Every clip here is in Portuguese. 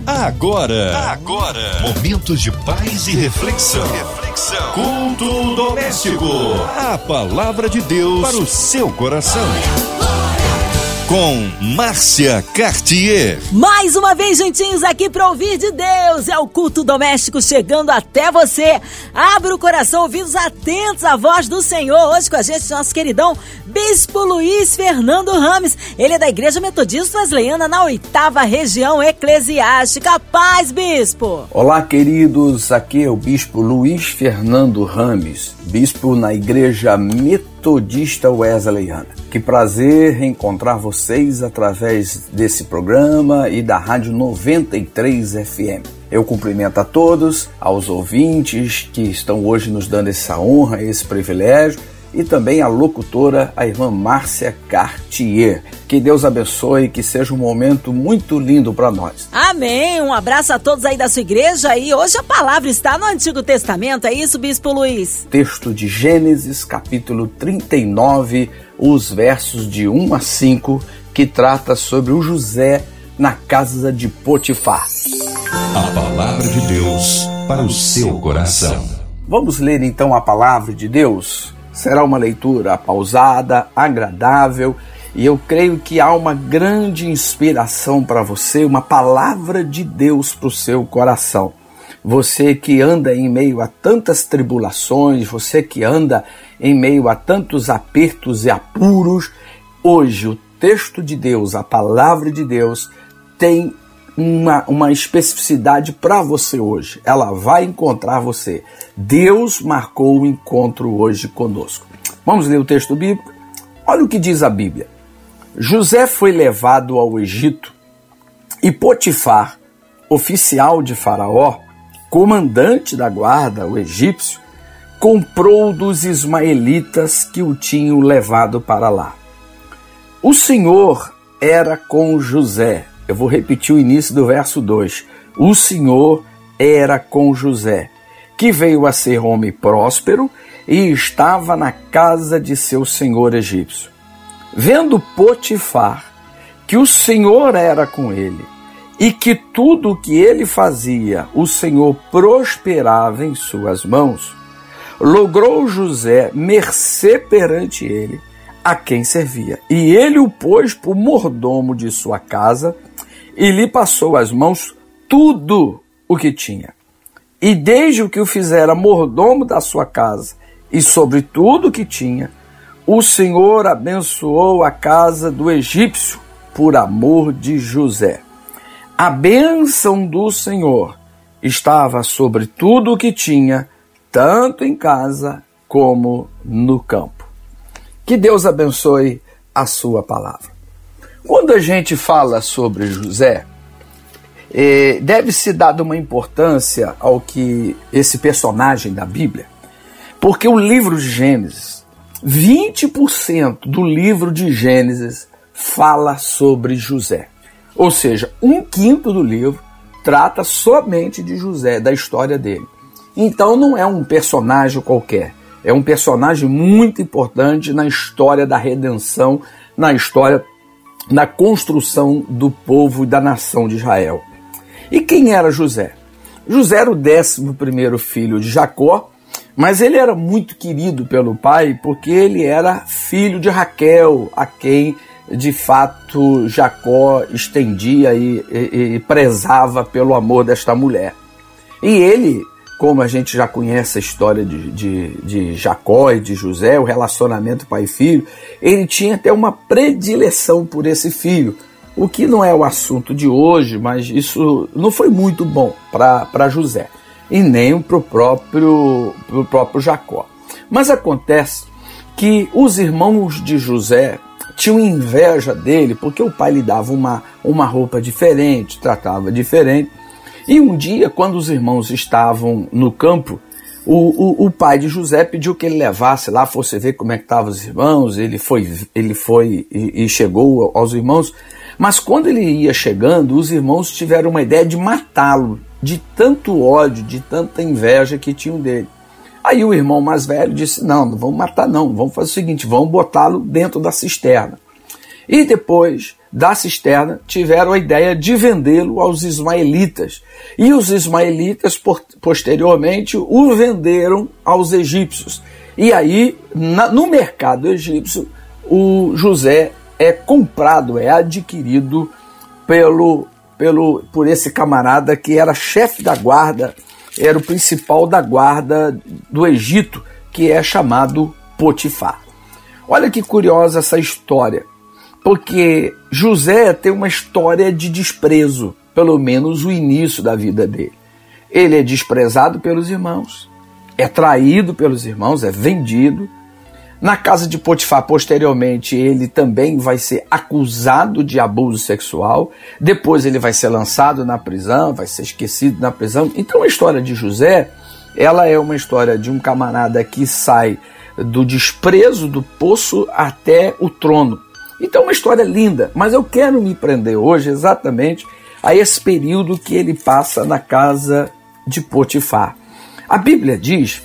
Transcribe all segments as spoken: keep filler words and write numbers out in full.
Agora, agora, momentos de paz e reflexão. Reflexão. Culto doméstico. A palavra de Deus para o seu coração. Com Márcia Cartier. Mais uma vez juntinhos aqui para ouvir de Deus. É o culto doméstico chegando até você. Abra o coração, ouvidos atentos à voz do Senhor. Hoje com a gente, nosso queridão Bispo Luiz Fernando Rames. Ele é da Igreja Metodista Wesleyana na oitava região eclesiástica. Paz, Bispo! Olá, queridos. Aqui é o Bispo Luiz Fernando Rames, Bispo na Igreja Metodista Wesleyana. Que prazer reencontrar vocês através desse programa e da Rádio noventa e três F M. Eu cumprimento a todos, aos ouvintes que estão hoje nos dando essa honra, esse privilégio, e também a locutora, a irmã Márcia Cartier. Que Deus abençoe, que seja um momento muito lindo para nós. Amém! Um abraço a todos aí da sua igreja. E hoje a palavra está no Antigo Testamento, é isso, Bispo Luiz? Texto de Gênesis, capítulo trinta e nove, os versos de um a cinco, que trata sobre o José na casa de Potifar. A palavra de Deus para o seu coração. Vamos ler então a palavra de Deus? Será uma leitura pausada, agradável, e eu creio que há uma grande inspiração para você, uma palavra de Deus para o seu coração. Você que anda em meio a tantas tribulações, você que anda em meio a tantos apertos e apuros, hoje o texto de Deus, a palavra de Deus, tem uma, uma especificidade para você hoje. Ela vai encontrar você. Deus marcou o encontro hoje conosco. Vamos ler o texto bíblico? Olha o que diz a Bíblia. José foi levado ao Egito e Potifar, oficial de Faraó, comandante da guarda, o egípcio, comprou dos ismaelitas que o tinham levado para lá. O Senhor era com José. Eu vou repetir o início do verso dois. O Senhor era com José, que veio a ser homem próspero e estava na casa de seu senhor egípcio. Vendo Potifar que o Senhor era com ele e que tudo o que ele fazia, o Senhor prosperava em suas mãos, logrou José mercê perante ele, a quem servia. E ele o pôs por mordomo de sua casa e lhe passou às mãos tudo o que tinha. E desde o que o fizera mordomo da sua casa e sobre tudo o que tinha, o Senhor abençoou a casa do egípcio por amor de José. A bênção do Senhor estava sobre tudo o que tinha, tanto em casa como no campo. Que Deus abençoe a sua palavra. Quando a gente fala sobre José, eh, deve-se dar uma importância ao que esse personagem da Bíblia, porque o livro de Gênesis, vinte por cento do livro de Gênesis fala sobre José. Ou seja, um quinto do livro trata somente de José, da história dele. Então não é um personagem qualquer, é um personagem muito importante na história da redenção, na história na construção do povo e da nação de Israel. E quem era José? José era o décimo primeiro filho de Jacó, mas ele era muito querido pelo pai porque ele era filho de Raquel, a quem de fato Jacó estendia e, e, e prezava pelo amor desta mulher. E ele, como a gente já conhece a história de, de, de Jacó e de José, o relacionamento pai e filho, ele tinha até uma predileção por esse filho, o que não é o assunto de hoje, mas isso não foi muito bom para José, e nem para o próprio, pro próprio Jacó. Mas acontece que os irmãos de José tinham inveja dele, porque o pai lhe dava uma, uma roupa diferente, tratava diferente. E um dia, quando os irmãos estavam no campo, o, o, o pai de José pediu que ele levasse lá, fosse ver como é que estavam os irmãos. Ele foi, ele foi e, e chegou aos irmãos. Mas quando ele ia chegando, os irmãos tiveram uma ideia de matá-lo, de tanto ódio, de tanta inveja que tinham dele. Aí o irmão mais velho disse, não, não vamos matar não, vamos fazer o seguinte, vamos botá-lo dentro da cisterna. E depois da cisterna tiveram a ideia de vendê-lo aos ismaelitas. E os ismaelitas, posteriormente, o venderam aos egípcios. E aí, na, no mercado egípcio, o José é comprado, é adquirido pelo, pelo, por esse camarada que era chefe da guarda, era o principal da guarda do Egito, que é chamado Potifar. Olha que curiosa essa história, porque José tem uma história de desprezo, pelo menos o início da vida dele. Ele é desprezado pelos irmãos, é traído pelos irmãos, é vendido. Na casa de Potifar, posteriormente, ele também vai ser acusado de abuso sexual. Depois ele vai ser lançado na prisão, vai ser esquecido na prisão. Então a história de José, ela é uma história de um camarada que sai do desprezo do poço até o trono. Então é uma história linda, mas eu quero me prender hoje exatamente a esse período que ele passa na casa de Potifar. A Bíblia diz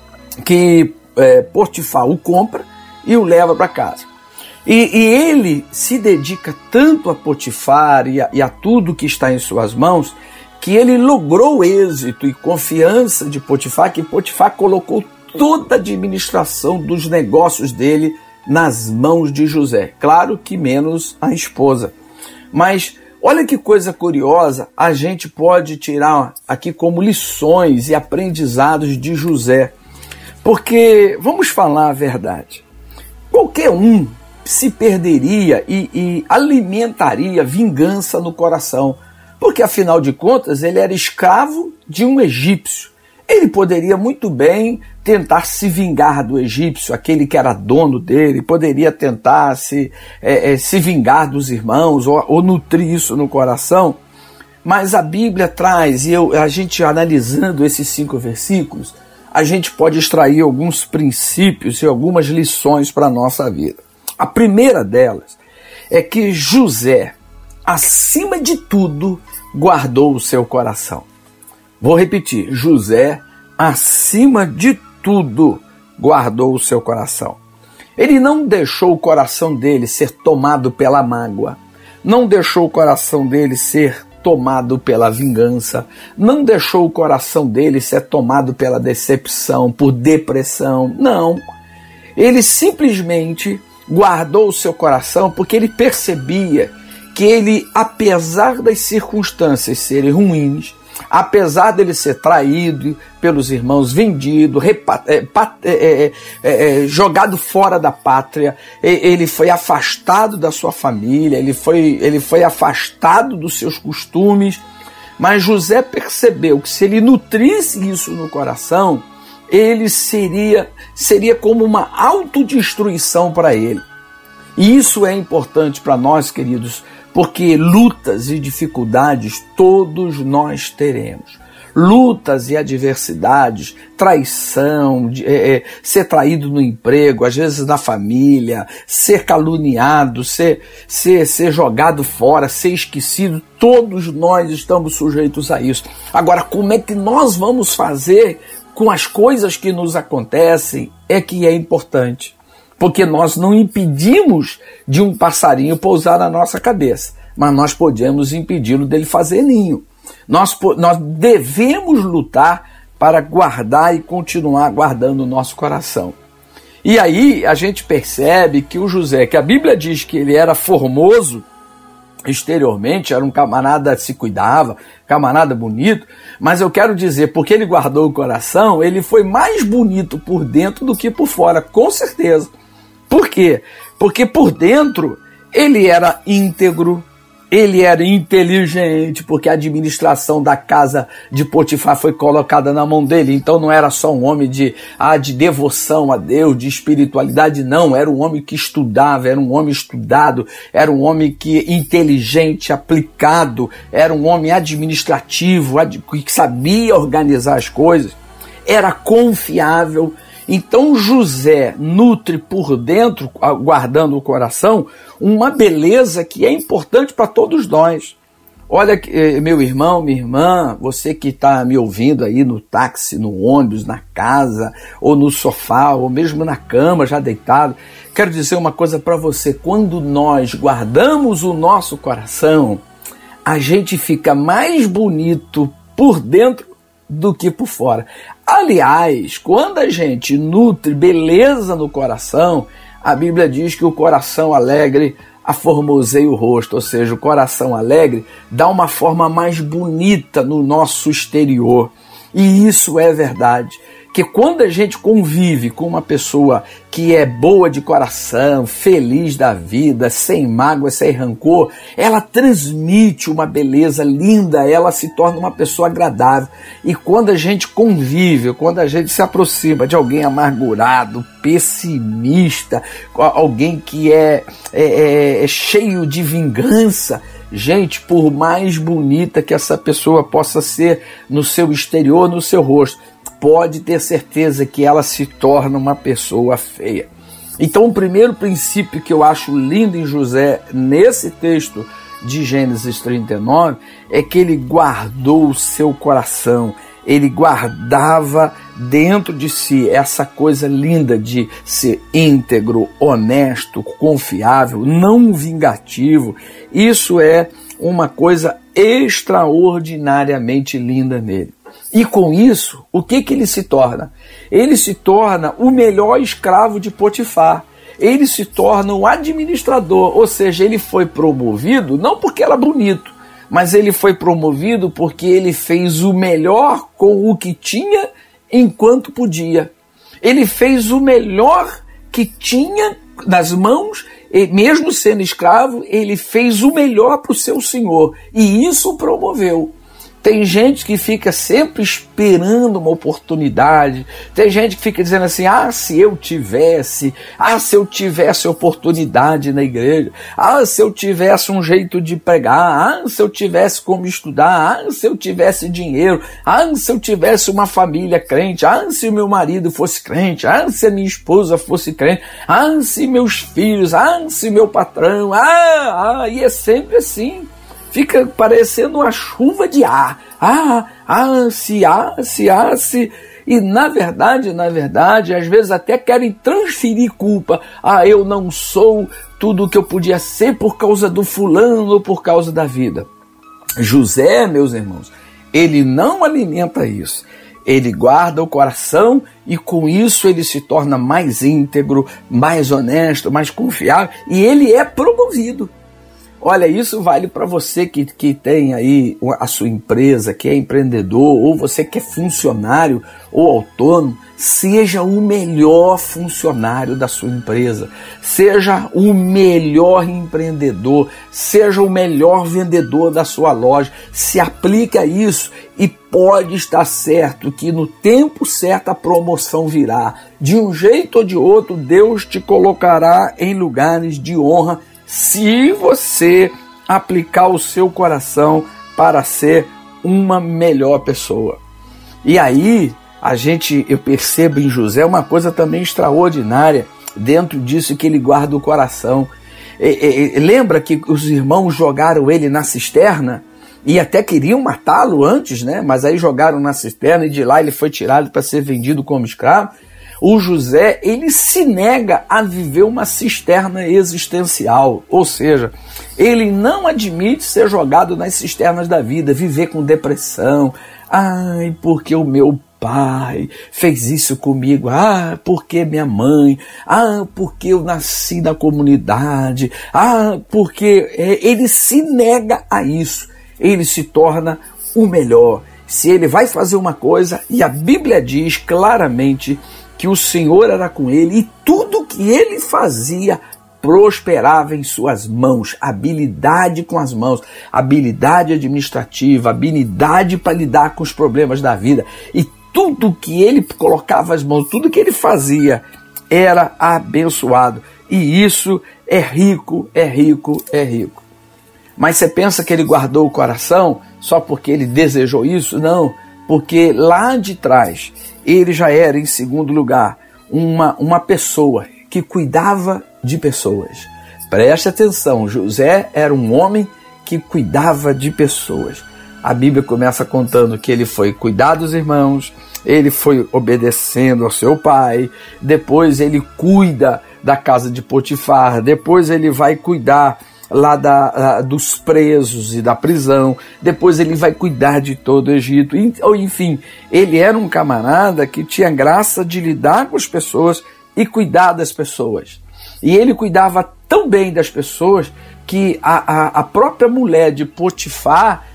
que É, Potifar o compra e o leva para casa. E, e ele se dedica tanto a Potifar e a, e a tudo que está em suas mãos, que ele logrou êxito e confiança de Potifar, que Potifar colocou toda a administração dos negócios dele nas mãos de José. Claro que menos a esposa. Mas olha que coisa curiosa, a gente pode tirar aqui como lições e aprendizados de José. Porque, vamos falar a verdade, qualquer um se perderia e, e alimentaria vingança no coração, porque afinal de contas ele era escravo de um egípcio. Ele poderia muito bem tentar se vingar do egípcio, aquele que era dono dele, poderia tentar se, é, é, se vingar dos irmãos ou, ou nutrir isso no coração, mas a Bíblia traz, e eu, a gente analisando esses cinco versículos, a gente pode extrair alguns princípios e algumas lições para a nossa vida. A primeira delas é que José, acima de tudo, guardou o seu coração. Vou repetir, José, acima de tudo, guardou o seu coração. Ele não deixou o coração dele ser tomado pela mágoa, não deixou o coração dele ser tomado pela vingança, não deixou o coração dele ser tomado pela decepção, por depressão, não. Ele simplesmente guardou o seu coração porque ele percebia que ele, apesar das circunstâncias serem ruins, apesar dele ser traído pelos irmãos, vendido, repa, é, é, é, é, jogado fora da pátria, ele foi afastado da sua família, ele foi, ele foi afastado dos seus costumes, mas José percebeu que se ele nutrisse isso no coração, ele seria, seria como uma autodestruição para ele. E isso é importante para nós, queridos, porque lutas e dificuldades todos nós teremos. Lutas e adversidades, traição, é, é, ser traído no emprego, às vezes na família, ser caluniado, ser, ser, ser jogado fora, ser esquecido, todos nós estamos sujeitos a isso. Agora, como é que nós vamos fazer com as coisas que nos acontecem é que é importante. Porque nós não impedimos de um passarinho pousar na nossa cabeça, mas nós podemos impedi-lo dele fazer ninho. Nós, nós devemos lutar para guardar e continuar guardando o nosso coração. E aí a gente percebe que o José, que a Bíblia diz que ele era formoso exteriormente, era um camarada que se cuidava, camarada bonito, mas eu quero dizer, porque ele guardou o coração, ele foi mais bonito por dentro do que por fora, com certeza. Por quê? Porque por dentro ele era íntegro, ele era inteligente, porque a administração da casa de Potifar foi colocada na mão dele, então não era só um homem de, ah, de devoção a Deus, de espiritualidade, não, era um homem que estudava, era um homem estudado, era um homem que inteligente, aplicado, era um homem administrativo, que sabia organizar as coisas, era confiável. Então José nutre por dentro, guardando o coração, uma beleza que é importante para todos nós. Olha, meu irmão, minha irmã, você que está me ouvindo aí no táxi, no ônibus, na casa, ou no sofá, ou mesmo na cama, já deitado, quero dizer uma coisa para você. Quando nós guardamos o nosso coração, a gente fica mais bonito por dentro do que por fora. Aliás, quando a gente nutre beleza no coração, a Bíblia diz que o coração alegre aformoseia o rosto, ou seja, o coração alegre dá uma forma mais bonita no nosso exterior. E isso é verdade, que quando a gente convive com uma pessoa que é boa de coração, feliz da vida, sem mágoa, sem rancor, ela transmite uma beleza linda, ela se torna uma pessoa agradável. E quando a gente convive, quando a gente se aproxima de alguém amargurado, pessimista, alguém que é, é, é cheio de vingança, gente, por mais bonita que essa pessoa possa ser no seu exterior, no seu rosto, pode ter certeza que ela se torna uma pessoa feia. Então, o primeiro princípio que eu acho lindo em José, nesse texto de Gênesis trinta e nove, é que ele guardou o seu coração, ele guardava dentro de si essa coisa linda de ser íntegro, honesto, confiável, não vingativo. Isso é uma coisa extraordinariamente linda nele. E com isso, o que, que ele se torna? Ele se torna o melhor escravo de Potifar. Ele se torna um administrador, ou seja, ele foi promovido não porque era bonito, mas ele foi promovido porque ele fez o melhor com o que tinha enquanto podia. Ele fez o melhor que tinha nas mãos, e mesmo sendo escravo, ele fez o melhor para o seu senhor. E isso o promoveu. Tem gente que fica sempre esperando uma oportunidade. Tem gente que fica dizendo assim, ah, se eu tivesse, ah, se eu tivesse oportunidade na igreja, ah, se eu tivesse um jeito de pregar, ah, se eu tivesse como estudar, ah, se eu tivesse dinheiro, ah, se eu tivesse uma família crente, ah, se meu marido fosse crente, ah, se a minha esposa fosse crente, ah, se meus filhos, ah, se meu patrão, ah, ah, e é sempre assim. Fica parecendo uma chuva de ar. Ah, ah, se, ah, se, ah, se. E na verdade, na verdade, às vezes até querem transferir culpa. Ah, eu não sou tudo o que eu podia ser por causa do fulano ou por causa da vida. José, meus irmãos, ele não alimenta isso. Ele guarda o coração e com isso ele se torna mais íntegro, mais honesto, mais confiável e ele é promovido. Olha, isso vale para você que, que tem aí a sua empresa, que é empreendedor, ou você que é funcionário ou autônomo, seja o melhor funcionário da sua empresa, seja o melhor empreendedor, seja o melhor vendedor da sua loja, se aplique a isso e pode estar certo que no tempo certo a promoção virá. De um jeito ou de outro, Deus te colocará em lugares de honra se você aplicar o seu coração para ser uma melhor pessoa. E aí, a gente, eu percebo em José uma coisa também extraordinária dentro disso que ele guarda o coração. E, e, lembra que os irmãos jogaram ele na cisterna? E até queriam matá-lo antes, né? Mas aí jogaram na cisterna e de lá ele foi tirado para ser vendido como escravo. O José, ele se nega a viver uma cisterna existencial, ou seja, ele não admite ser jogado nas cisternas da vida, viver com depressão. Ai, porque o meu pai fez isso comigo, ah, porque minha mãe, ah, porque eu nasci na comunidade, ah, porque é, ele se nega a isso, ele se torna o melhor. Se ele vai fazer uma coisa, e a Bíblia diz claramente que o Senhor era com ele e tudo que ele fazia prosperava em suas mãos, habilidade com as mãos, habilidade administrativa, habilidade para lidar com os problemas da vida e tudo que ele colocava as mãos, tudo que ele fazia era abençoado e isso é rico, é rico, é rico. Mas você pensa que ele guardou o coração só porque ele desejou isso? Não, porque lá de trás ele já era, em segundo lugar, uma, uma pessoa que cuidava de pessoas. Preste atenção, José era um homem que cuidava de pessoas. A Bíblia começa contando que ele foi cuidar dos irmãos, ele foi obedecendo ao seu pai, depois ele cuida da casa de Potifar, depois ele vai cuidar lá da, dos presos e da prisão, depois ele vai cuidar de todo o Egito. Enfim, ele era um camarada que tinha graça de lidar com as pessoas e cuidar das pessoas. E ele cuidava tão bem das pessoas que a, a, a própria mulher de Potifar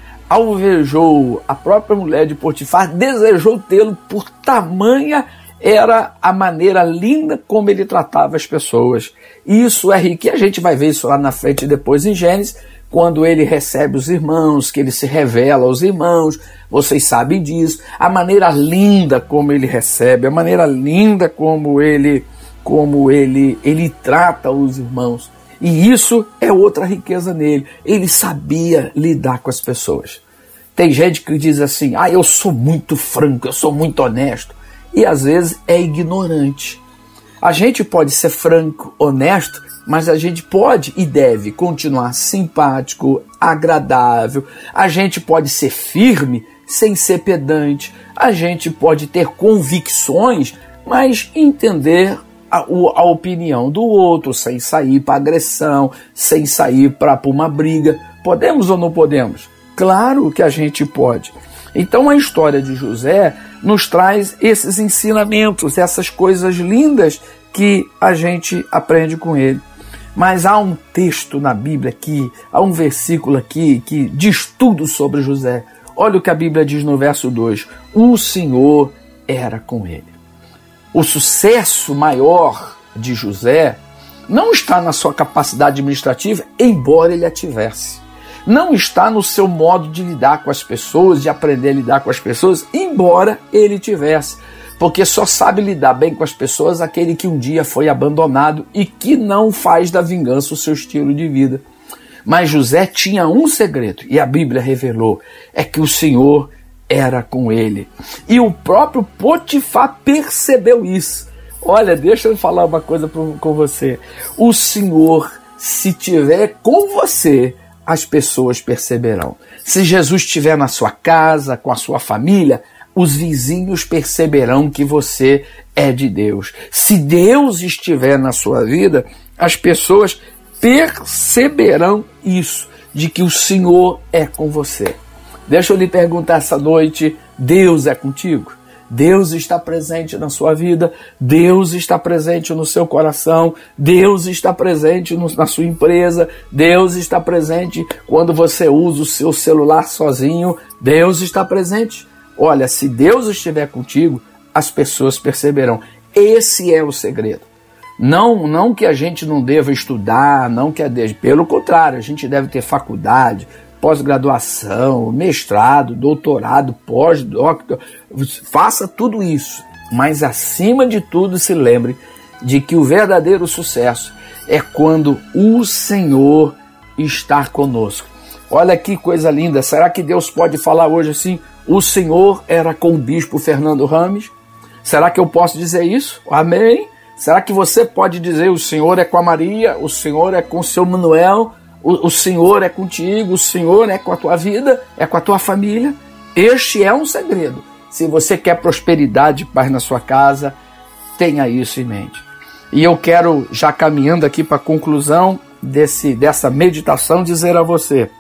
alvejou, a própria mulher de Potifar desejou tê-lo por tamanha era a maneira linda como ele tratava as pessoas. E isso é rico, e a gente vai ver isso lá na frente depois em Gênesis, quando ele recebe os irmãos, que ele se revela aos irmãos, vocês sabem disso, a maneira linda como ele recebe, a maneira linda como ele, como ele, ele trata os irmãos. E isso é outra riqueza nele, ele sabia lidar com as pessoas. Tem gente que diz assim, ah, eu sou muito franco, eu sou muito honesto, e às vezes é ignorante. A gente pode ser franco, honesto, mas a gente pode e deve continuar simpático, agradável. A gente pode ser firme sem ser pedante. A gente pode ter convicções, mas entender a, a opinião do outro, sem sair para agressão, sem sair para uma briga. Podemos ou não podemos? Claro que a gente pode. Então a história de José nos traz esses ensinamentos, essas coisas lindas que a gente aprende com ele. Mas há um texto na Bíblia aqui, há um versículo aqui que diz tudo sobre José. Olha o que a Bíblia diz no verso dois. O Senhor era com ele. O sucesso maior de José não está na sua capacidade administrativa, embora ele a tivesse. Não está no seu modo de lidar com as pessoas, de aprender a lidar com as pessoas, embora ele tivesse. Porque só sabe lidar bem com as pessoas aquele que um dia foi abandonado e que não faz da vingança o seu estilo de vida. Mas José tinha um segredo, e a Bíblia revelou, é que o Senhor era com ele. E o próprio Potifar percebeu isso. Olha, deixa eu falar uma coisa com você. O Senhor, se tiver com você, as pessoas perceberão. Se Jesus estiver na sua casa, com a sua família, os vizinhos perceberão que você é de Deus. Se Deus estiver na sua vida, as pessoas perceberão isso, de que o Senhor é com você. Deixa eu lhe perguntar essa noite, Deus é contigo? Deus está presente na sua vida, Deus está presente no seu coração, Deus está presente no, na sua empresa, Deus está presente quando você usa o seu celular sozinho, Deus está presente. Olha, se Deus estiver contigo, as pessoas perceberão. Esse é o segredo. Não, não que a gente não deva estudar, não que a de... pelo contrário, a gente deve ter faculdade, pós-graduação, mestrado, doutorado, pós-doutorado, faça tudo isso, mas acima de tudo se lembre de que o verdadeiro sucesso é quando o Senhor está conosco. Olha que coisa linda, será que Deus pode falar hoje assim, o Senhor era com o bispo Fernando Rames? Será que eu posso dizer isso? Amém? Será que você pode dizer, o Senhor é com a Maria, o Senhor é com o seu Manuel, O, o Senhor é contigo, o Senhor é com a tua vida, é com a tua família. Este é um segredo. Se você quer prosperidade e paz na sua casa, tenha isso em mente. E eu quero, já caminhando aqui para a conclusão desse, dessa meditação, dizer a você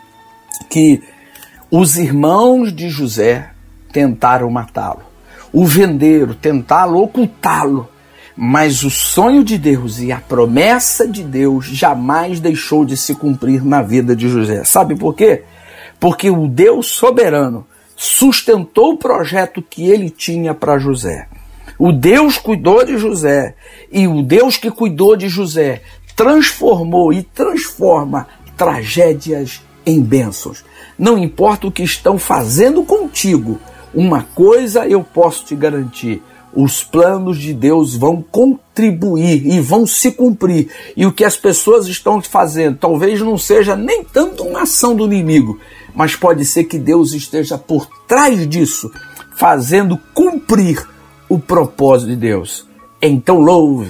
que os irmãos de José tentaram matá-lo. O venderam, tentaram ocultá-lo. Mas o sonho de Deus e a promessa de Deus jamais deixou de se cumprir na vida de José. Sabe por quê? Porque o Deus soberano sustentou o projeto que ele tinha para José. O Deus cuidou de José, e o Deus que cuidou de José transformou e transforma tragédias em bênçãos. Não importa o que estão fazendo contigo, uma coisa eu posso te garantir: os planos de Deus vão contribuir e vão se cumprir. E o que as pessoas estão fazendo talvez não seja nem tanto uma ação do inimigo, mas pode ser que Deus esteja por trás disso, fazendo cumprir o propósito de Deus. Então louve,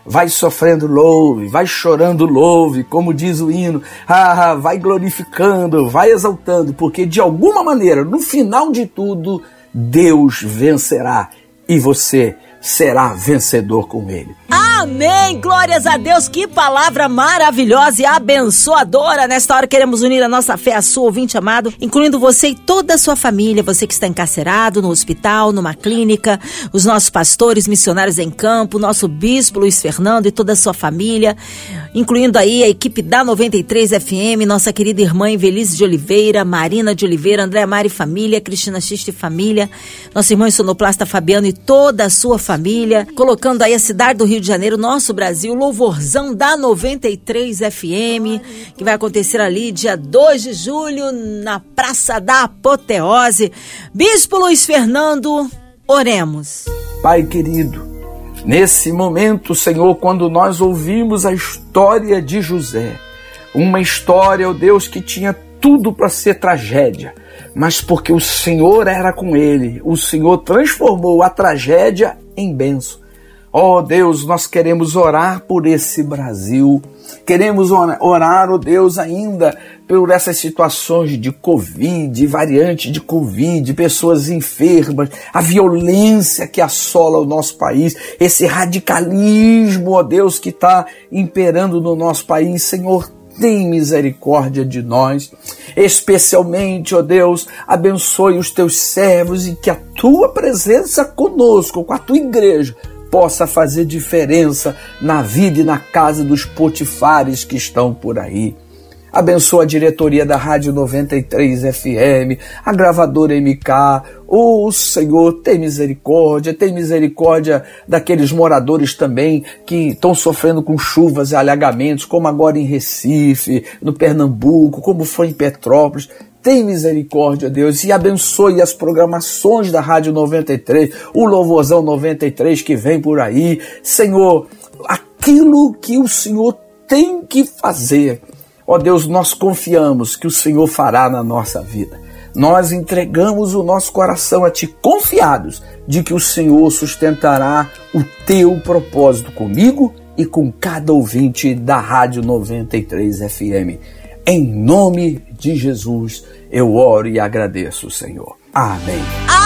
vai sofrendo, louve, vai chorando, louve, como diz o hino, ah, vai glorificando, vai exaltando, porque de alguma maneira, no final de tudo, Deus vencerá e você será vencedor com Ele. Amém! Glórias a Deus! Que palavra maravilhosa e abençoadora! Nesta hora queremos unir a nossa fé à sua, ouvinte amado, incluindo você e toda a sua família, você que está encarcerado no hospital, numa clínica, os nossos pastores, missionários em campo, nosso bispo Luiz Fernando e toda a sua família, incluindo aí a equipe da noventa e três F M, nossa querida irmã Invelise de Oliveira, Marina de Oliveira, André Mari Família, Cristina Xiste Família, nosso irmão sonoplasta Fabiano e toda a sua família, colocando aí a cidade do Rio de Janeiro, nosso Brasil, louvorzão da noventa e três F M, que vai acontecer ali dia dois de julho, na Praça da Apoteose. Bispo Luiz Fernando, oremos. Pai querido, nesse momento, Senhor, quando nós ouvimos a história de José, uma história, ó Deus, que tinha tudo para ser tragédia, mas porque o Senhor era com ele, o Senhor transformou a tragédia em bênção. Ó Deus, nós queremos orar por esse Brasil, queremos orar, ó Deus, ainda por essas situações de Covid, variante de Covid, pessoas enfermas, a violência que assola o nosso país, esse radicalismo, ó Deus, que está imperando no nosso país. Senhor, tem misericórdia de nós, especialmente, ó Deus, abençoe os teus servos e que a tua presença conosco, com a tua igreja, possa fazer diferença na vida e na casa dos potifares que estão por aí. Abençoa a diretoria da Rádio noventa e três F M, a gravadora M K. Ô Senhor, tem misericórdia, tem misericórdia daqueles moradores também que estão sofrendo com chuvas e alagamentos, como agora em Recife, no Pernambuco, como foi em Petrópolis. Tem misericórdia, Deus, e abençoe as programações da Rádio noventa e três, o Louvorzão noventa e três que vem por aí. Senhor, aquilo que o Senhor tem que fazer, ó Deus, nós confiamos que o Senhor fará na nossa vida. Nós entregamos o nosso coração a Ti, confiados de que o Senhor sustentará o Teu propósito comigo e com cada ouvinte da Rádio noventa e três F M. Em nome de Jesus, eu oro e agradeço, Senhor. Amém.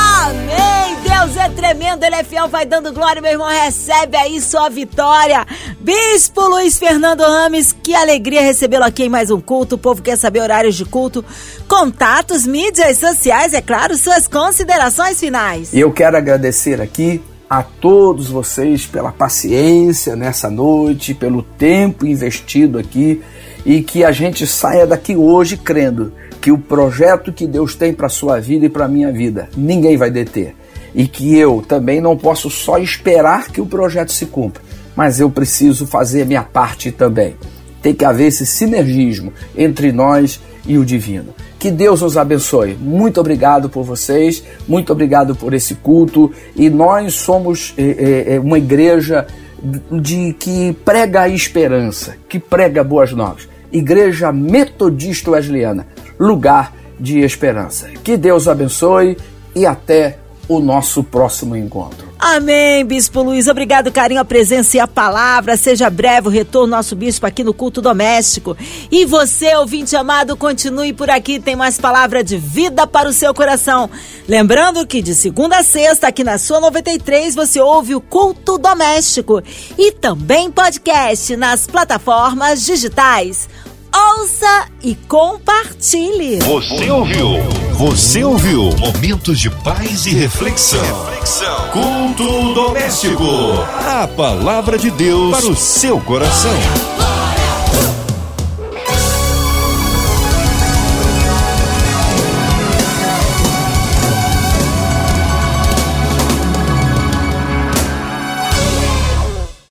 Amém! Deus é tremendo, Ele é fiel, vai dando glória, meu irmão, recebe aí sua vitória. Bispo Luiz Fernando Rames, que alegria recebê-lo aqui em mais um culto. O povo quer saber horários de culto, contatos, mídias sociais, é claro, suas considerações finais. E eu quero agradecer aqui a todos vocês pela paciência nessa noite, pelo tempo investido aqui, e que a gente saia daqui hoje crendo que o projeto que Deus tem para a sua vida e para a minha vida, ninguém vai deter. E que eu também não posso só esperar que o projeto se cumpra, mas eu preciso fazer a minha parte também. Tem que haver esse sinergismo entre nós e o divino. Que Deus nos abençoe. Muito obrigado por vocês, muito obrigado por esse culto. E nós somos é, é, uma igreja de, que prega a esperança, que prega boas novas. Igreja Metodista Wesleyana, lugar de esperança. Que Deus abençoe e até o nosso próximo encontro. Amém, Bispo Luiz. Obrigado, carinho, a presença e a palavra. Seja breve o retorno do nosso bispo aqui no culto doméstico. E você, ouvinte amado, continue por aqui. Tem mais palavra de vida para o seu coração. Lembrando que de segunda a sexta, aqui na sua noventa e três, você ouve o culto doméstico. E também podcast nas plataformas digitais. Ouça e compartilhe. Você ouviu? Você ouviu? Momentos de paz e reflexão. Reflexão. Culto doméstico. A palavra de Deus para o seu coração.